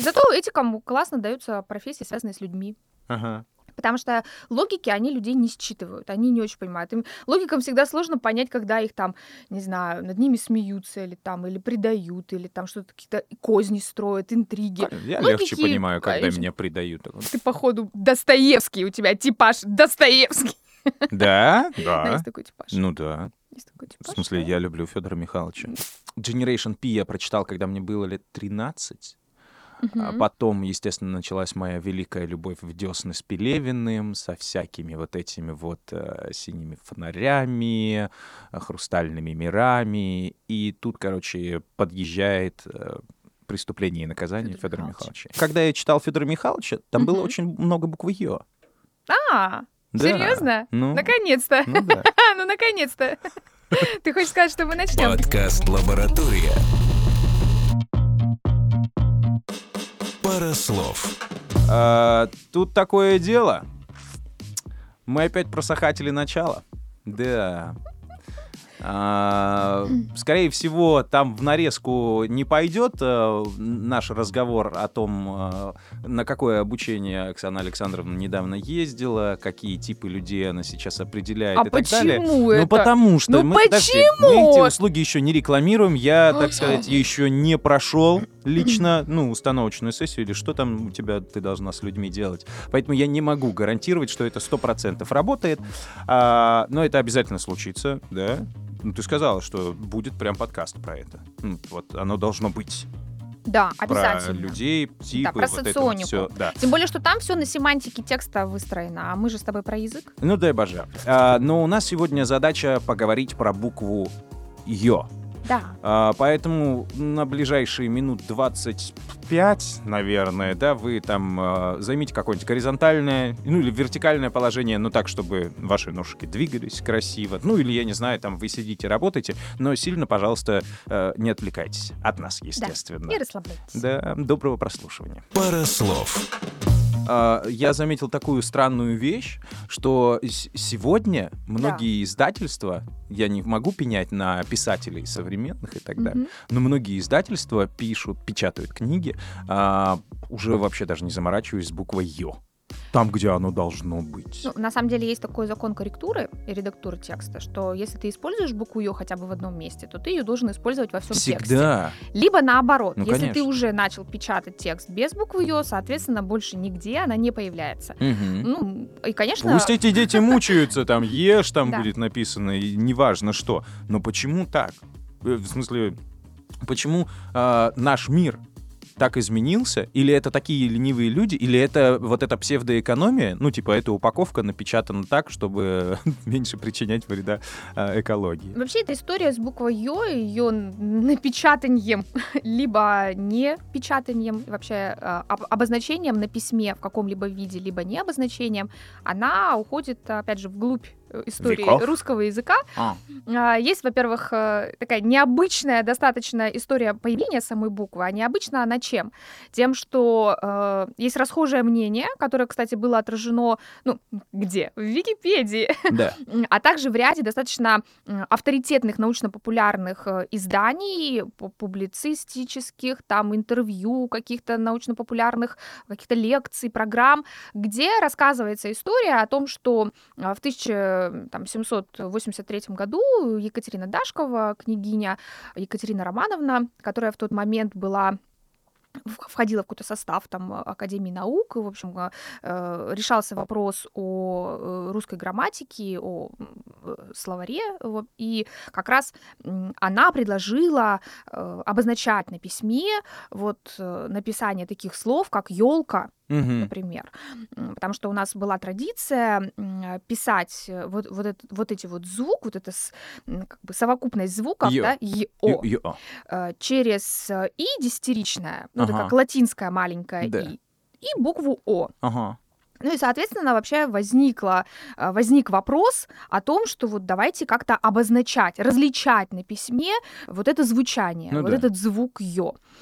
Зато этикам классно даются профессии, связанные с людьми. Ага. Потому что логики, они людей не считывают, они не очень понимают. Им логикам всегда сложно понять, когда их там, не знаю, над ними смеются, или предают, или там что-то, какие-то козни строят, интриги. Я Логики, легче понимаю, когда конечно. меня предают. Ты, походу, Достоевский, у тебя типаж Достоевский. Да? Да, Да. есть такой типаж. Ну да. Есть такой В типаж, смысле, да. я люблю Федора Михайловича. Generation P я прочитал, когда мне было лет 13. А Мгм. потом, естественно, началась моя великая любовь в «Десны» с Пелевиным, со всякими вот этими вот синими фонарями, хрустальными мирами. И тут, короче, подъезжает «Преступление и наказание» Фёдора Федора Михайловича. Михайловича. Когда я читал Федора Михайловича, там было Мгм. очень много буквы «ё». А, Да. серьезно? Ну, Наконец-то. ну да. Ну, наконец-то. Ты хочешь сказать, что мы начнем? Подкаст «Лаборатория». Пара слов. Тут такое дело. Мы опять просохатели начала. Да. Скорее всего, там в нарезку не пойдет наш разговор о том, на какое обучение Оксана Александровна недавно ездила, какие типы людей она сейчас определяет и так далее. Почему это? Ну, потому что Ну, подожди, мы почему? эти услуги еще не рекламируем. Я, так сказать, еще не прошел лично, установочную сессию или что там у тебя ты должна с людьми делать. Поэтому я не могу гарантировать, что это 100% работает. Но это обязательно случится, да. Ну, ты сказала, что будет прям подкаст про это. Вот оно должно быть. Да, Про обязательно. людей, типы, Да, про вот это вот соционику. все. Да. Тем более, что там все на семантике текста выстроено, а мы же с тобой про язык. Ну, дай боже. Но у нас сегодня задача поговорить про букву «ё». Да. Поэтому на ближайшие минут 25, наверное, да, вы там займите какое-нибудь горизонтальное, или вертикальное положение, так, чтобы ваши ножки двигались красиво. Или, я не знаю, там вы сидите, работаете, но сильно, пожалуйста, не отвлекайтесь от нас, естественно. И расслабляйтесь. Да, доброго прослушивания. Пара слов. Я заметил такую странную вещь, что сегодня многие издательства, я не могу пенять на писателей современных и так далее, но многие издательства печатают книги, уже вообще даже не заморачиваясь с буквой «ё». Там, где оно должно быть. На самом деле есть такой закон корректуры и редактуры текста, что если ты используешь букву «ё» хотя бы в одном месте, то ты ее должен использовать во всем тексте. Всегда. Либо наоборот. Если Конечно. ты уже начал печатать текст без буквы «ё», соответственно, больше нигде она не появляется. И, конечно... Пусть эти дети мучаются, там «ешь», там Да. будет написано, и неважно что. Но почему так? В смысле, почему наш мир так изменился? Или это такие ленивые люди? Или это вот эта псевдоэкономия? Эта упаковка напечатана так, чтобы меньше причинять вреда экологии. Вообще, эта история с буквой «ё», ее напечатанием, либо не печатанием, вообще обозначением на письме в каком-либо виде, либо не обозначением, она уходит, опять же, вглубь истории Веков? русского языка. Есть, во-первых, такая необычная достаточно история появления самой буквы. А необычна она чем? Тем, что есть расхожее мнение, которое, кстати, было отражено, где? В Википедии. Да. А также в ряде достаточно авторитетных научно-популярных изданий, публицистических, там интервью каких-то научно-популярных, каких-то лекций, программ, где рассказывается история о том, что в 1783 году Екатерина Дашкова, княгиня Екатерина Романовна, которая в тот момент входила в какой-то состав там Академии наук, и, в общем, решался вопрос о русской грамматике, о словаре, и как раз она предложила обозначать на письме написание таких слов, как «ёлка», например, потому что у нас была традиция писать вот эти звук, как бы совокупность звуков, «ё». да, «ё», «ё». через «и» десятиричное, это Ага. как латинское маленькое Да. «и», и букву «о». Ага. И, соответственно, вообще возник вопрос о том, что давайте как-то обозначать, различать на письме вот это звучание, Ну да. этот звук «ё».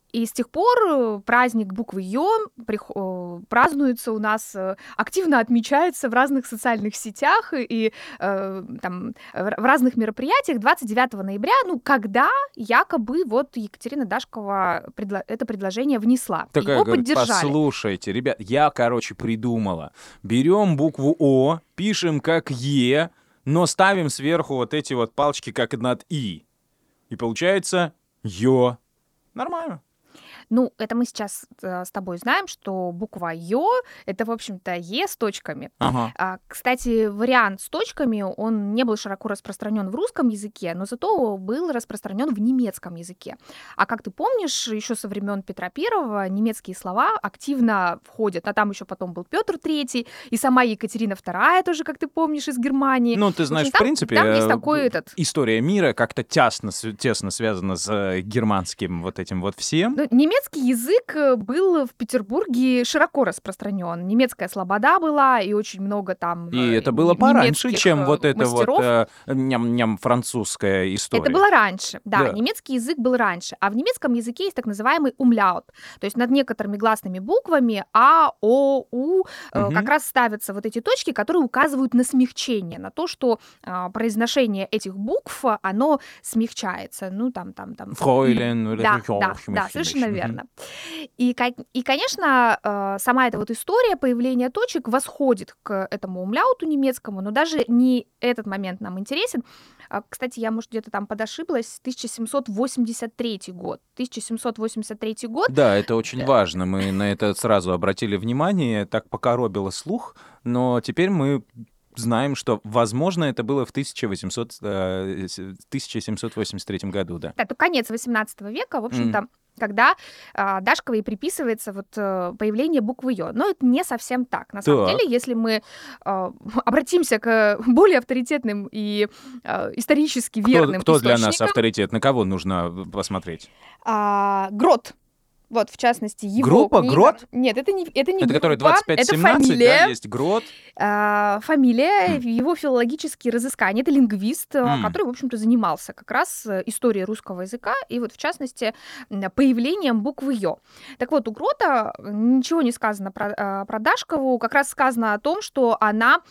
И с тех пор праздник буквы Ё празднуется у нас, активно отмечается в разных социальных сетях и там в разных мероприятиях 29 ноября, когда якобы вот Екатерина Дашкова это предложение внесла. Такая Его говорит: поддержали. послушайте, ребят, я, придумала. Берем букву О, пишем как Е, но ставим сверху вот эти вот палочки как над И. И получается Ё. Нормально. Это мы сейчас с тобой знаем, что буква Ё — это, в общем-то, Е с точками. Ага. Кстати, вариант с точками, он не был широко распространен в русском языке, но зато был распространен в немецком языке. А как ты помнишь, еще со времен Петра I немецкие слова активно входят. А там еще потом был Петр III и сама Екатерина II тоже, как ты помнишь, из Германии. Ты знаешь, в там, принципе, там есть такой история мира как-то тесно связана с германским вот этим вот всем. Немецкий язык был в Петербурге широко распространен. Немецкая слобода была, и очень много там и это было пораньше, чем вот это мастеров. вот ням-ням французская история. Это было раньше, да, Да. немецкий язык был раньше. А в немецком языке есть так называемый умляут. То есть над некоторыми гласными буквами А, О, У как раз ставятся вот эти точки, которые указывают на смягчение, на то, что произношение этих букв, оно смягчается. Фройлен. Да, совершенно верно. И, конечно, сама эта вот история появления точек восходит к этому умляуту немецкому, но даже не этот момент нам интересен. Кстати, я, может, где-то там подошиблась, 1783 год. 1783 год. Да, это очень важно. Мы на это сразу обратили внимание, так покоробило слух, но теперь мы знаем, что, возможно, это было в 1783 году, да. Это конец 18 века, в общем-то, когда Дашковой приписывается вот появление буквы Ё. Но это не совсем так. На самом деле, если мы обратимся к более авторитетным и исторически верным Кто источникам... для нас авторитет? На кого нужно посмотреть? Грот. Вот, в частности, его Группа? книга. Грот? Нет, это не Это группа, который 25-17, это фамилия. да, есть Грот? Фамилия, его филологические разыскания. Это лингвист, который, в общем-то, занимался как раз историей русского языка и вот, в частности, появлением буквы Ё. Так вот, у Грота ничего не сказано про Дашкову, как раз сказано о том, что она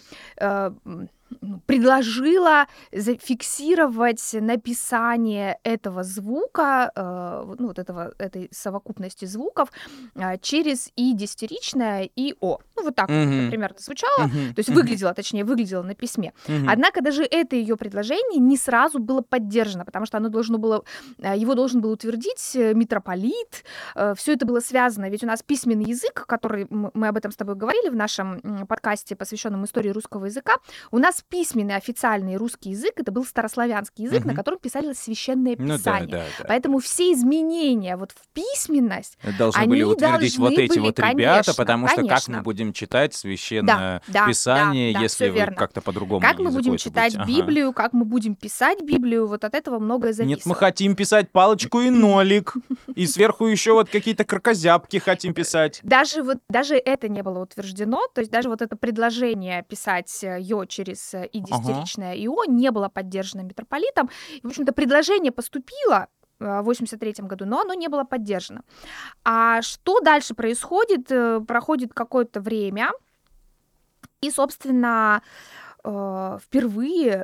предложила зафиксировать написание этого звука, этой совокупности звуков через и десятиричное, и О. Вот так вот примерно звучало, то есть выглядело на письме. Однако даже это ее предложение не сразу было поддержано, потому что его должен был утвердить митрополит. Все это было связано, ведь у нас письменный язык, который мы об этом с тобой говорили в нашем подкасте, посвященном истории русского языка, у нас письменный официальный русский язык, это был старославянский язык, на котором писалось священное писание. Да. Поэтому все изменения вот в письменность должны были утвердить вот эти вот ребята, потому что конечно. как мы будем читать священное писание, если вы как-то по-другому как мы будем читать Библию, как мы будем писать Библию, вот от этого многое зависит. Нет, мы хотим писать палочку и нолик, и сверху еще вот какие-то кракозябки хотим писать. Даже это не было утверждено, то есть даже вот это предложение писать Ё через и десятиричное и О не было поддержано митрополитом. И, в общем-то, предложение поступило в 1983 году, но оно не было поддержано. А что дальше происходит? Проходит какое-то время, и, собственно, впервые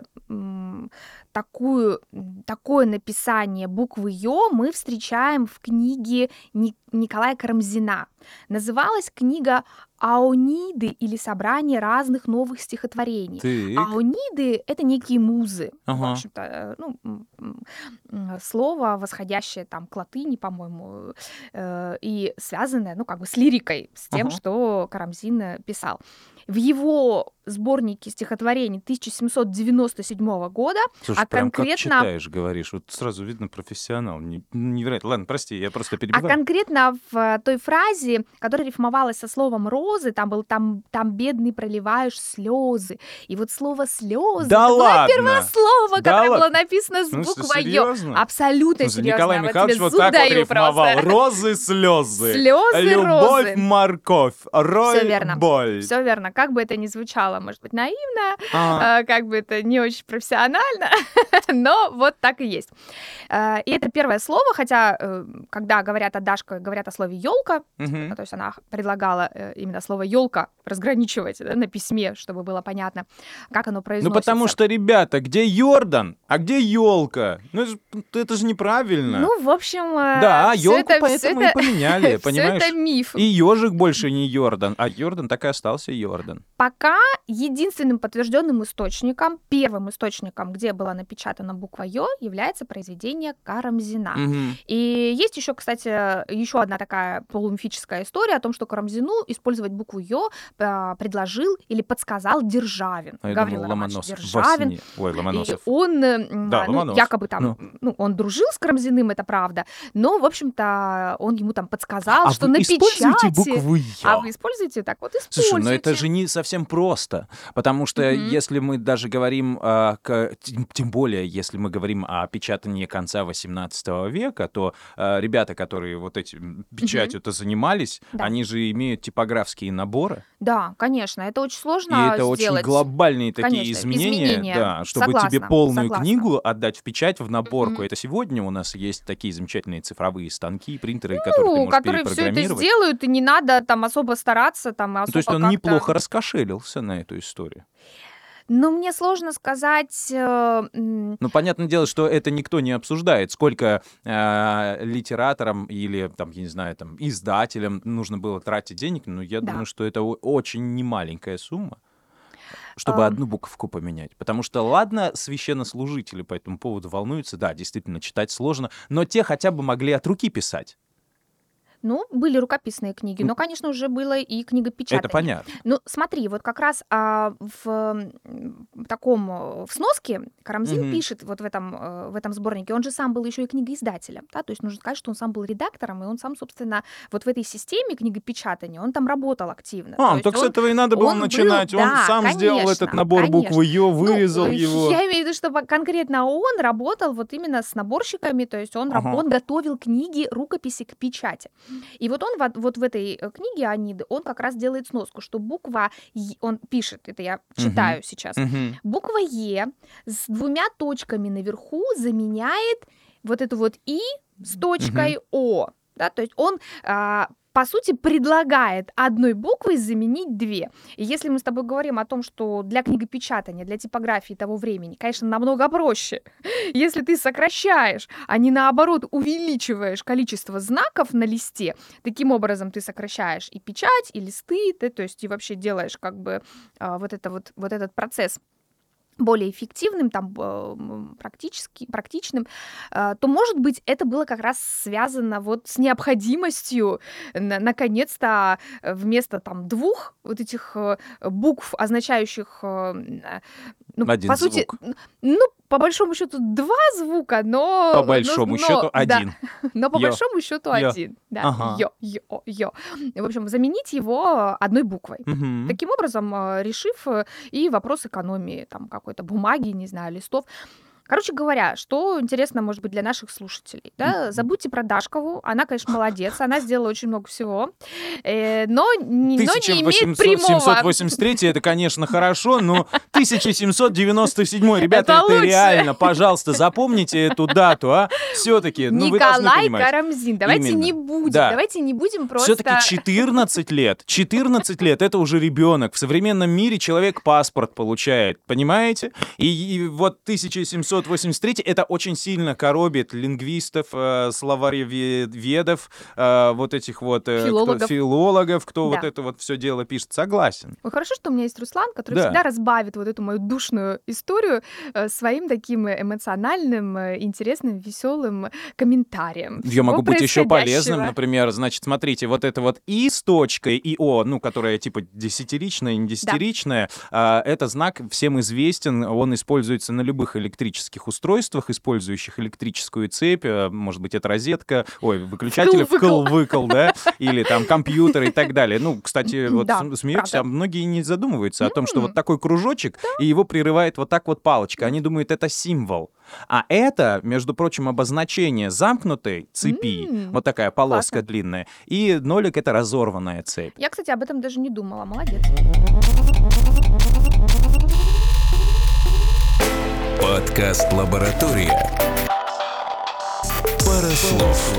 такое написание буквы Ё мы встречаем в книге Николая Карамзина. Называлась книга «Аониды» или «Собрание разных новых стихотворений». Аониды — это некие музы, в общем-то, слово, восходящее там к латыни, по-моему, и связанное, с лирикой, с тем, что Карамзин писал. В его сборнике стихотворений 1797 года, слушай, прям как читаешь, говоришь, вот сразу видно профессионал. Невероятно. Ладно, прости, я просто перебиваю. А конкретно в той фразе, которая рифмовалась со словом «розы», там бедный проливаешь слезы. И вот слово «слезы» да это ладно? было первое слово, которое было написано с буквой Ё. Серьезно? Абсолютно серьезно. Николай Михайлович вот так вот рифмовал. Розы, слезы. Слезы, любовь, розы. морковь. Роль, Всё верно. боль. Все верно. Как бы это ни звучало, может быть, наивно, как бы это не очень профессионально, Но вот так и есть. И это первое слово, хотя, когда говорят о Дашке, говорят о слове «ёлка», то есть она предлагала именно слово «ёлка» разграничивать, да, на письме, чтобы было понятно, как оно произносится. Ну, потому что, ребята, где Йордан, а где ёлка? Ну, это же неправильно. Ну, в общем... Да, ёлку поэтому и поменяли, понимаешь? Это миф. И ёжик больше не Йордан, а Йордан так и остался Йордан. Пока единственным подтвержденным источником, первым источником, где была напечатана буква «ё», является произведение Карамзина. И есть еще, кстати, еще одна такая полумифическая история о том, что Карамзину использовать букву «ё» предложил или подсказал Державин. Гаврил Романович Державин. Ломоносов. И он, Да, якобы там, он дружил с Карамзиным, это правда, но, в общем-то, он ему там подсказал, что на печати... используете букву «ё». А вы используете? Так вот, используйте. Слушай, но это же не совсем просто, потому что если мы даже говорим, тем более, если мы говорим о печатании конца XVIII века, то ребята, которые вот этим печатью-то занимались, они же имеют типографские наборы. Да, конечно, это очень сложно И это сделать. очень глобальные такие Конечно, изменения, да, чтобы Согласна, тебе полную согласна. книгу отдать в печать, в наборку. Это сегодня у нас есть такие замечательные цифровые станки, принтеры, которые ты можешь которые все это перепрограммировать. сделают, и не надо там особо стараться, там особо То есть он как-то... неплохо раскошелился на эту историю. Но мне сложно сказать... Ну, понятное дело, что это никто не обсуждает, сколько литераторам или, там, я не знаю, там, издателям нужно было тратить денег, но я думаю, что это очень немаленькая сумма, чтобы одну буковку поменять. Потому что, ладно, священнослужители по этому поводу волнуются, да, действительно, читать сложно, но те хотя бы могли от руки писать. Ну, были рукописные книги, но, конечно, уже было и книгопечатание. Это понятно. Ну, смотри, вот как раз в сноске Карамзин пишет вот в этом сборнике, он же сам был еще и книгоиздателем, да, то есть нужно сказать, что он сам был редактором, и он сам, собственно, вот в этой системе книгопечатания, он там работал активно. Так с этого и надо было начинать. Он сам сделал этот набор буквы «ё», вырезал его. Я имею в виду, что конкретно он работал вот именно с наборщиками, то есть он готовил книги, рукописи к печати. И вот он вот в этой книге «Аниды», он как раз делает сноску, что буква он пишет, это я читаю сейчас, буква «Е» с 2 точками наверху заменяет вот эту вот «и» с точкой «о». Да? То есть он... по сути, предлагает одной буквой заменить 2. И если мы с тобой говорим о том, что для книгопечатания, для типографии того времени, конечно, намного проще, если ты сокращаешь, а не наоборот увеличиваешь количество знаков на листе, таким образом ты сокращаешь и печать, и листы, то есть и вообще делаешь как бы вот этот процесс более эффективным, там, практичным, то, может быть, это было как раз связано вот с необходимостью наконец-то вместо там 2 вот этих букв, означающих, один по сути, звук. По большому счету 2 звука, но... По большому счету 1. Да, но по большому счету 1. Да, ё. В общем, заменить его одной буквой. Таким образом, решив и вопрос экономии, там, какой-то бумаги, не знаю, листов. Короче говоря, что интересно, может быть, для наших слушателей, да, забудьте про Дашкову, она, конечно, молодец, она сделала очень много всего, но не имеет прямого... 1783 это, конечно, хорошо, но 1797, ребята, это реально, пожалуйста, запомните эту дату, все-таки, вы должны понимать. Николай Карамзин, давайте не будем просто... Все-таки 14 лет, это уже ребенок, в современном мире человек паспорт получает, понимаете? И вот 1783 это очень сильно коробит лингвистов, словареведов, вот этих вот филологов, кто вот это вот все дело пишет. Согласен. Ой, хорошо, что у меня есть Руслан, который всегда разбавит вот эту мою душную историю своим таким эмоциональным, интересным, веселым комментарием. Я могу быть еще полезным, например, значит, смотрите, вот это вот «и» с точкой и «о», которая типа десятиричная, не десятиричная, это знак всем известен, он используется на любых электрических устройствах, использующих электрическую цепь, может быть, это розетка, выключатель вкл-выкл, да, или там компьютер и так далее. Кстати, вот смеются, а многие не задумываются о том, что вот такой кружочек, и его прерывает вот так вот палочка. Они думают, это символ. А это, между прочим, обозначение замкнутой цепи, вот такая полоска длинная, и нолик — это разорванная цепь. Я, кстати, об этом даже не думала. Молодец. Подкаст «Лаборатория». Парослов.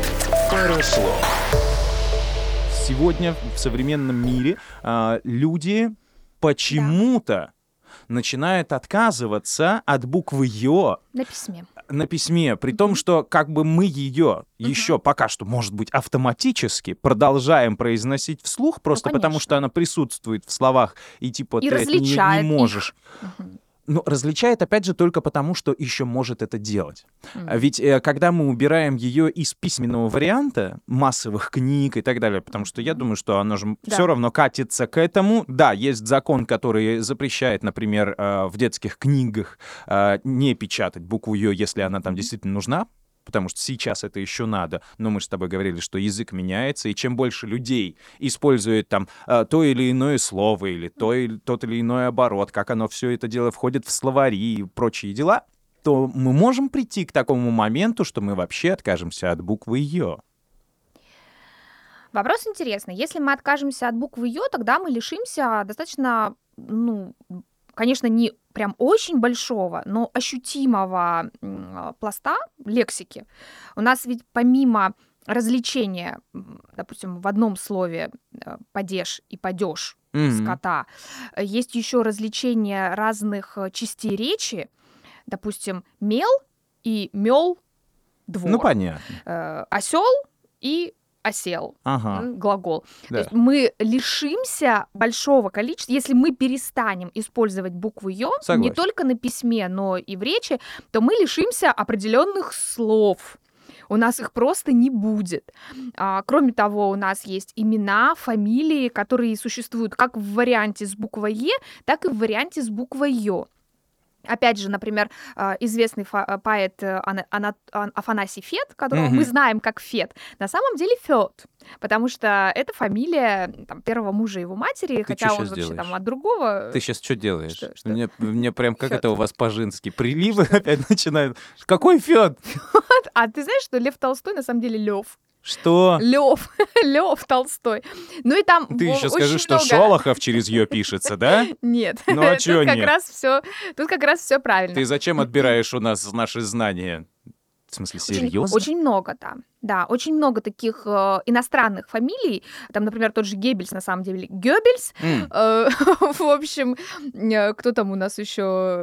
Сегодня в современном мире люди почему-то начинают отказываться от буквы «ё» На письме, при том, что как бы мы ее еще пока что, может быть, автоматически продолжаем произносить вслух, просто потому что она присутствует в словах, и типа И ты от нее не различает можешь. Но различает, опять же, только потому, что еще может это делать. Ведь когда мы убираем ее из письменного варианта, массовых книг и так далее, потому что я думаю, что оно же все равно катится к этому. Да, есть закон, который запрещает, например, в детских книгах не печатать букву «ё», если она там действительно нужна, потому что сейчас это еще надо. Но мы же с тобой говорили, что язык меняется, и чем больше людей использует там то или иное слово, или тот или иной оборот, как оно все это дело входит в словари и прочие дела, то мы можем прийти к такому моменту, что мы вообще откажемся от буквы «ё». Вопрос интересный. Если мы откажемся от буквы «ё», тогда мы лишимся достаточно, конечно, не прям очень большого, но ощутимого пласта лексики. У нас ведь помимо развлечения, допустим, в одном слове «падеж» и «падеж» скота, есть еще развлечение разных частей речи, допустим, «мел» и «мел» двор. Ну, понятно. «Осел» и «осел», глагол. Да. То есть мы лишимся большого количества, если мы перестанем использовать букву «ё» не только на письме, но и в речи, то мы лишимся определенных слов. У нас их просто не будет. Кроме того, у нас есть имена, фамилии, которые существуют как в варианте с буквой «е», так и в варианте с буквой «ё». Опять же, например, известный поэт Афанасий Фет, которого мы знаем как Фет, на самом деле Фёд, потому что это фамилия первого мужа его матери, хотя он вообще там от другого... Ты сейчас что делаешь? Что? Мне прям как это у вас по-женски приливы опять начинают. Какой Фёд? А ты знаешь, что Лев Толстой на самом деле Лев? Что? Лев Толстой. Ну и там Ты еще скажи, что много... Шолохов через «ё» пишется, да? Нет. Ну а чё нет? Тут как раз все правильно. Ты зачем отбираешь у нас наши знания? В смысле, серьезно? Очень много там. Да, очень много таких иностранных фамилий. Там, например, тот же Геббельс, на самом деле, Гёббельс. В общем, кто там у нас еще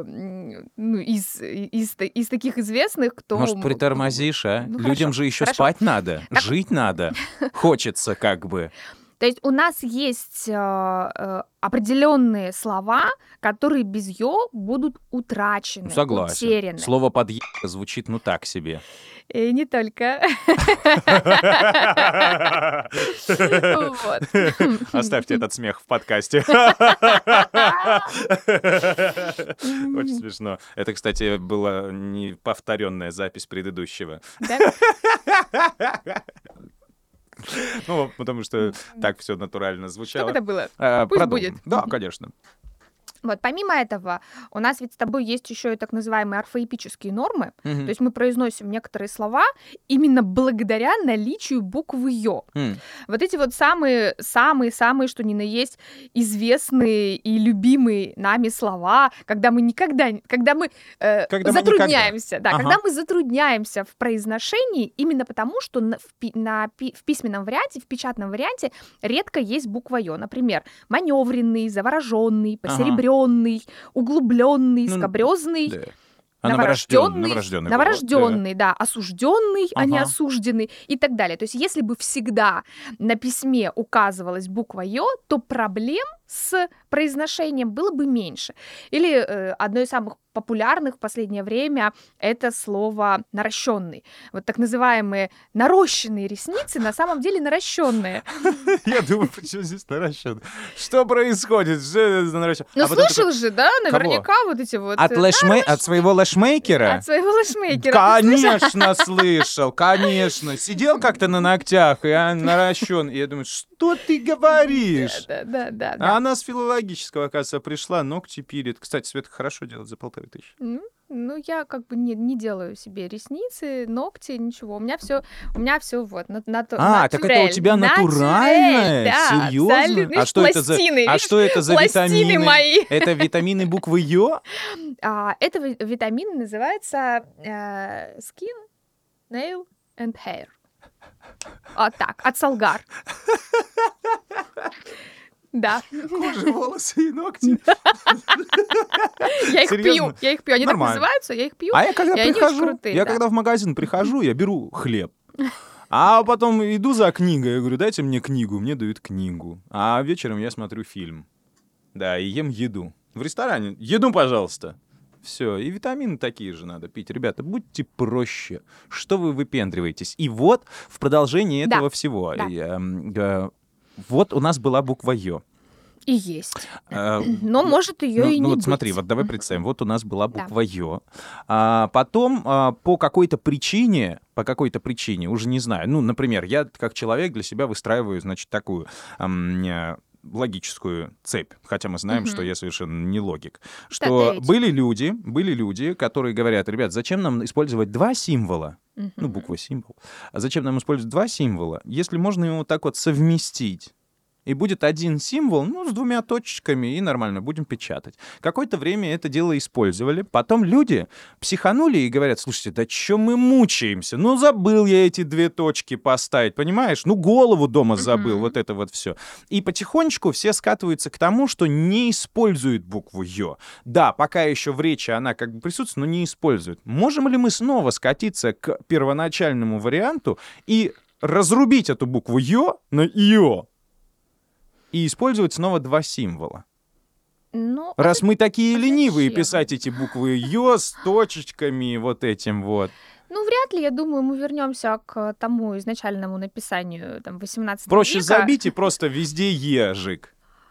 из таких известных, кто... Может, притормозишь, а? Ну, Людям же еще спать надо, жить надо. Хочется как бы. То есть у нас есть определенные слова, которые без «ё» будут утрачены, Согласен. утеряны. Слово «подъ** звучит так себе. И не только. Оставьте этот смех в подкасте. Очень смешно. Это, кстати, была неповторенная запись предыдущего. Ну, потому что так все натурально звучало. Что бы это было? Пусть будет. Да, конечно. Вот, помимо этого, у нас ведь с тобой есть еще и так называемые орфоэпические нормы. То есть мы произносим некоторые слова именно благодаря наличию буквы «ё». Вот эти вот самые, что ни на есть, известные и любимые нами слова, когда мы затрудняемся. Да, когда мы затрудняемся в произношении, именно потому, что в письменном варианте, в печатном варианте редко есть буква «ё». Например, маневренный, завороженный, посеребренный, углубленный, скабрезный, новорожденный, да, осужденный, а не осужденный и так далее. То есть если бы всегда на письме указывалась буква «ё», то проблем с произношением было бы меньше. Или одно из самых популярных в последнее время это слово наращенный. Вот так называемые нарощенные ресницы на самом деле наращенные. Я думаю, почему здесь наращенный? Что происходит? Что это за наращенный? Ну, слышал же, да, наверняка вот эти вот... От своего лэшмейкера? От своего лэшмейкера. Конечно, слышал, конечно. Сидел как-то на ногтях и наращен. И я думаю, что ты говоришь? Да. А она с филологического, оказывается, пришла, ногти пилит. Кстати, Света хорошо делает за 1500. Ну, я как бы не делаю себе ресницы, ногти, ничего. У меня все вот так это у тебя натуральное? Да, серьезно? А что это за витамины? мои. Это витамины буквы «ё»? Это витамин называется skin, nail and hair. Вот так, от Солгар. Да. Кожа, волосы и ногти. Я их Серьезно? пью. Они так Нормально. называются, я их пью. А я когда И они очень прихожу, крутые, да. когда в магазин прихожу, я беру хлеб. А потом иду за книгой, я говорю, дайте мне книгу, мне дают книгу. А вечером я смотрю фильм. Да, и ем еду. В ресторане, еду, пожалуйста. Все, и витамины такие же надо пить. Ребята, будьте проще. Что вы выпендриваетесь? И вот в продолжении Да. этого всего. Да. Вот у нас была буква «Ё». И есть. Э, Но может ее и не вот быть. смотри, вот давай представим, вот у нас была Да. буква «Ё». Потом по какой-то причине, уже не знаю, ну, например, я как человек для себя выстраиваю, значит, такую логическую цепь, хотя мы знаем, что я совершенно не логик, что ведь. были люди, которые говорят, ребят, зачем нам использовать два символа, ну, буква символ, а зачем нам использовать два символа, если можно его вот так вот совместить? И будет один символ, ну, с двумя точечками, и нормально, будем печатать. Какое-то время это дело использовали. Потом люди психанули и говорят, слушайте, да чё мы мучаемся? Ну, забыл я эти две точки поставить, понимаешь? Ну, голову дома забыл, вот это вот все. И потихонечку все скатываются к тому, что не используют букву «Ё». Да, пока еще в речи она как бы присутствует, но не используют. Можем ли мы снова скатиться к первоначальному варианту и разрубить эту букву «Ё» на «Ё»? И использовать снова два символа. Ну, Раз мы такие ленивые зачем? писать эти буквы «Ё» с точечками вот этим вот. ну, вряд ли, я думаю, мы вернемся к тому изначальному написанию там, 18 Проще века. забить и просто везде «Ежик».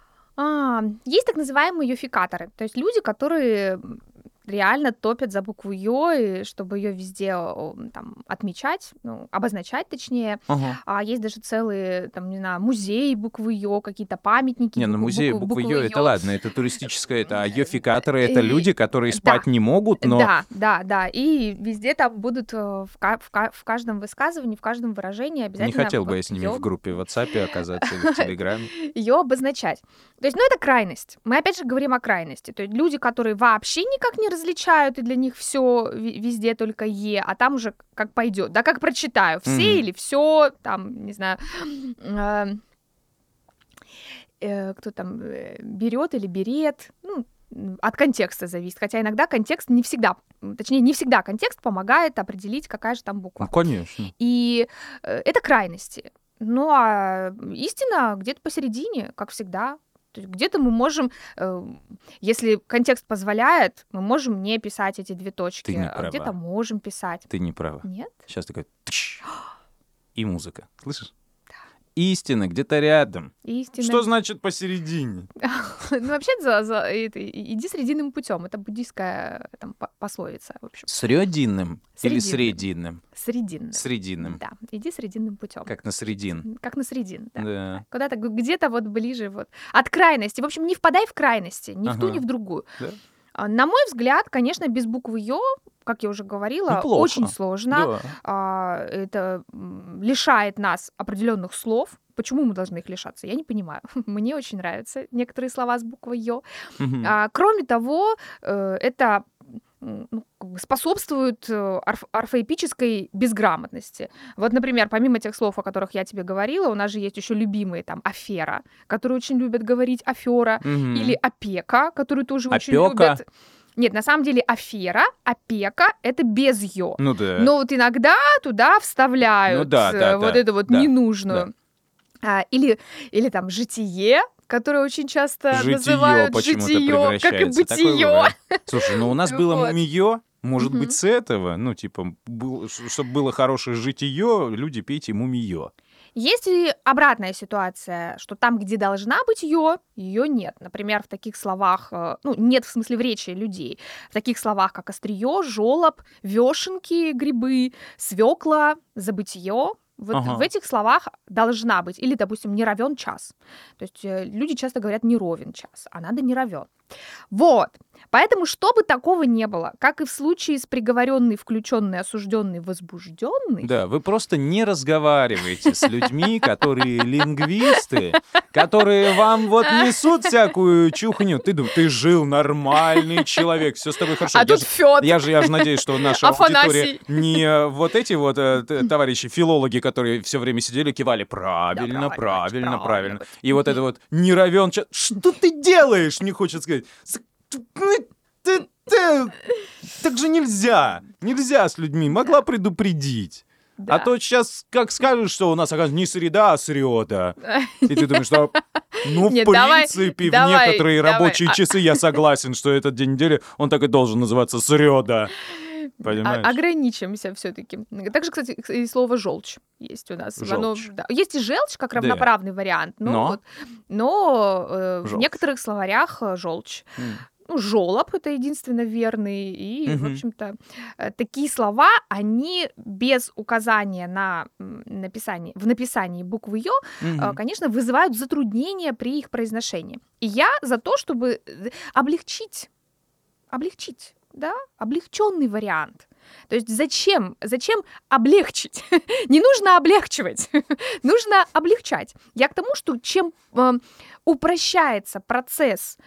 Есть так называемые йофикаторы, то есть люди, которые реально топят за букву «Ё», и чтобы ее везде там, отмечать, ну, обозначать точнее. Ага. А есть даже целые, там, не знаю, музеи буквы «Ё», какие-то памятники. Не, ну музей буквы «Ё» это ладно, это туристическое, это, а йофикаторы — это люди, которые спать не могут, но... Да, и везде там будут в каждом высказывании, в каждом выражении Не обязательно хотел бы я с ними в группе в WhatsApp оказаться или в Телеграме. ее обозначать. То есть, ну, это крайность. Мы опять же говорим о крайности. То есть люди, которые вообще никак не различают, и для них все везде только «е», а там уже как пойдет, да, как прочитаю, все или все, там, не знаю, кто там берет или берет, ну, от контекста зависит, хотя иногда контекст не всегда, точнее, не всегда контекст помогает определить, какая же там буква. Ну, конечно. И это крайности. Ну, а истина где-то посередине, как всегда. То есть где-то мы можем, если контекст позволяет, мы можем не писать эти две точки, Ты не а права. где-то можем писать. Ты не права. Нет? Сейчас такой... тш, и музыка. Слышишь? Истина где-то рядом. Истина. Что значит посередине? Ну, вообще, иди срединным путем. Это буддийская там, пословица, в общем. Срединным или Срединным. срединным? Срединным. Срединным. Да, иди срединным путем. Как на средин. Как на средин, да. Да. Куда-то где-то вот ближе вот от крайности. В общем, не впадай в крайности, ни в ту, ни в другую. Да. На мой взгляд, конечно, без буквы «Ё», как я уже говорила, Неплохо. очень сложно. Да. Это лишает нас определенных слов. Почему мы должны их лишаться? Я не понимаю. Мне очень нравятся некоторые слова с буквой «Ё». Мгм. Кроме того, это способствует орфоэпической безграмотности. Вот, например, помимо тех слов, о которых я тебе говорила, у нас же есть еще любимые там афера, которые очень любят говорить афера, Мгм. или опека, которую тоже очень Опека? любят. Нет, на самом деле афера, опека — это без «ё». Ну да. Но вот иногда туда вставляют Ну да, вот да, эту вот да, ненужную. Или там житие, которое очень часто называют почему-то житие, как и превращается. Такое бытие. бывает. Слушай, ну у нас было Вот. мумиё, может Мгм. быть, с этого, ну, типа, чтобы было хорошее житие, люди пейте мумиё. Есть и обратная ситуация, что там, где должна быть «ё», ее нет. Например, в таких словах, нет в смысле в речи людей, в таких словах, как острие, жолоб, вешенки, грибы, свекла, забытье. Вот Ага. в этих словах должна быть, или, допустим, не равен час. То есть люди часто говорят не ровен час, а надо не равен. Вот. Поэтому, чтобы такого не было, как и в случае с приговоренный, включенный, осужденный, возбужденный. Да, вы просто не разговариваете с людьми, которые лингвисты, которые вам вот несут всякую чухню. Ты думаешь, ты жил нормальный человек, все с тобой хорошо. А тут Фёд. Я же надеюсь, что наша аудитория Афанасий. не вот эти вот товарищи филологи, которые все время сидели, кивали правильно, Да, правильно, правильно. правильно. И вот это вот не равен час. Что ты делаешь? Мне хочется сказать. Так же нельзя. Нельзя с людьми. Могла предупредить. Да. А то сейчас как скажешь, что у нас, оказывается, не среда, а среда. И ты думаешь, что, ну, в Нет, давай, принципе, в давай, некоторые давай. рабочие часы я согласен, что этот день недели, он так и должен называться среда. Понимаешь? Ограничимся все-таки. Также, кстати, и слово желчь есть у нас. Желчь. Да. Есть и желчь как равноправный вариант, но в Желчь. некоторых словарях желчь. Ну, жолоб — это единственно верный. И, в общем-то, такие слова, они без указания в написании буквы «ё», конечно, вызывают затруднения при их произношении. И я за то, чтобы облегчить, да, облегченный вариант. То есть зачем облегчить? Не нужно облегчивать, нужно облегчать. Я к тому, что чем упрощается процесс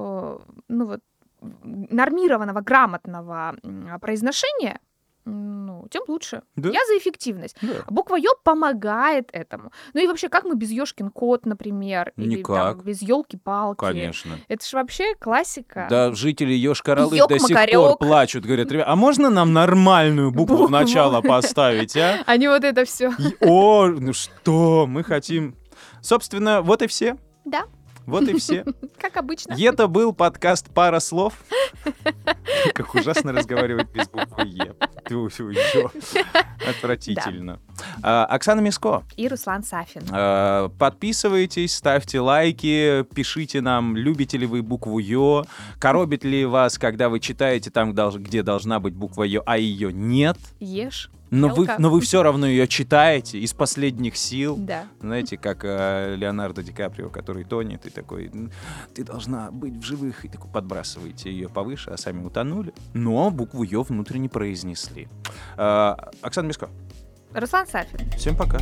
нормированного, грамотного произношения, тем лучше. Да. Я за эффективность. Да. Буква «ё» помогает этому. Ну и вообще, как мы без ёшкин кот, например, или Никак. там, без ёлки-палки? Конечно. Это ж вообще классика. Да, жители Йошкар-Олы Ёк, до сих Макарёк. пор плачут. Говорят, ребят, а можно нам нормальную букву в Букву. начало поставить, а? А не вот это все. Ну что, мы хотим... Собственно, вот и все. Да, Вот и все. как обычно. Это был подкаст «Пара слов». Как ужасно разговаривать без буквы «Е». Ё. Отвратительно. Оксана Миско, И Руслан Сафин. подписывайтесь, ставьте лайки, пишите нам, любите ли вы букву «Ё», коробит ли вас, когда вы читаете там, где должна быть буква «Ё», а ее нет. Ешь. Но Мелко. вы все равно ее читаете из последних сил. Да. Знаете, как Леонардо Ди Каприо, который тонет, и такой, ты должна быть в живых, и такой подбрасываете ее повыше, а сами утонули. Но букву «Ё» внутренне произнесли. Оксана Миско, Руслан Сафин. всем пока.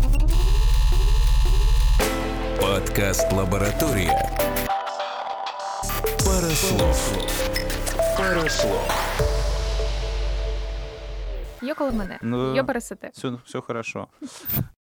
Подкаст «Лаборатория». Пара слов. Пара слов. Йокола мене. Ну, Йобарасете. Все хорошо.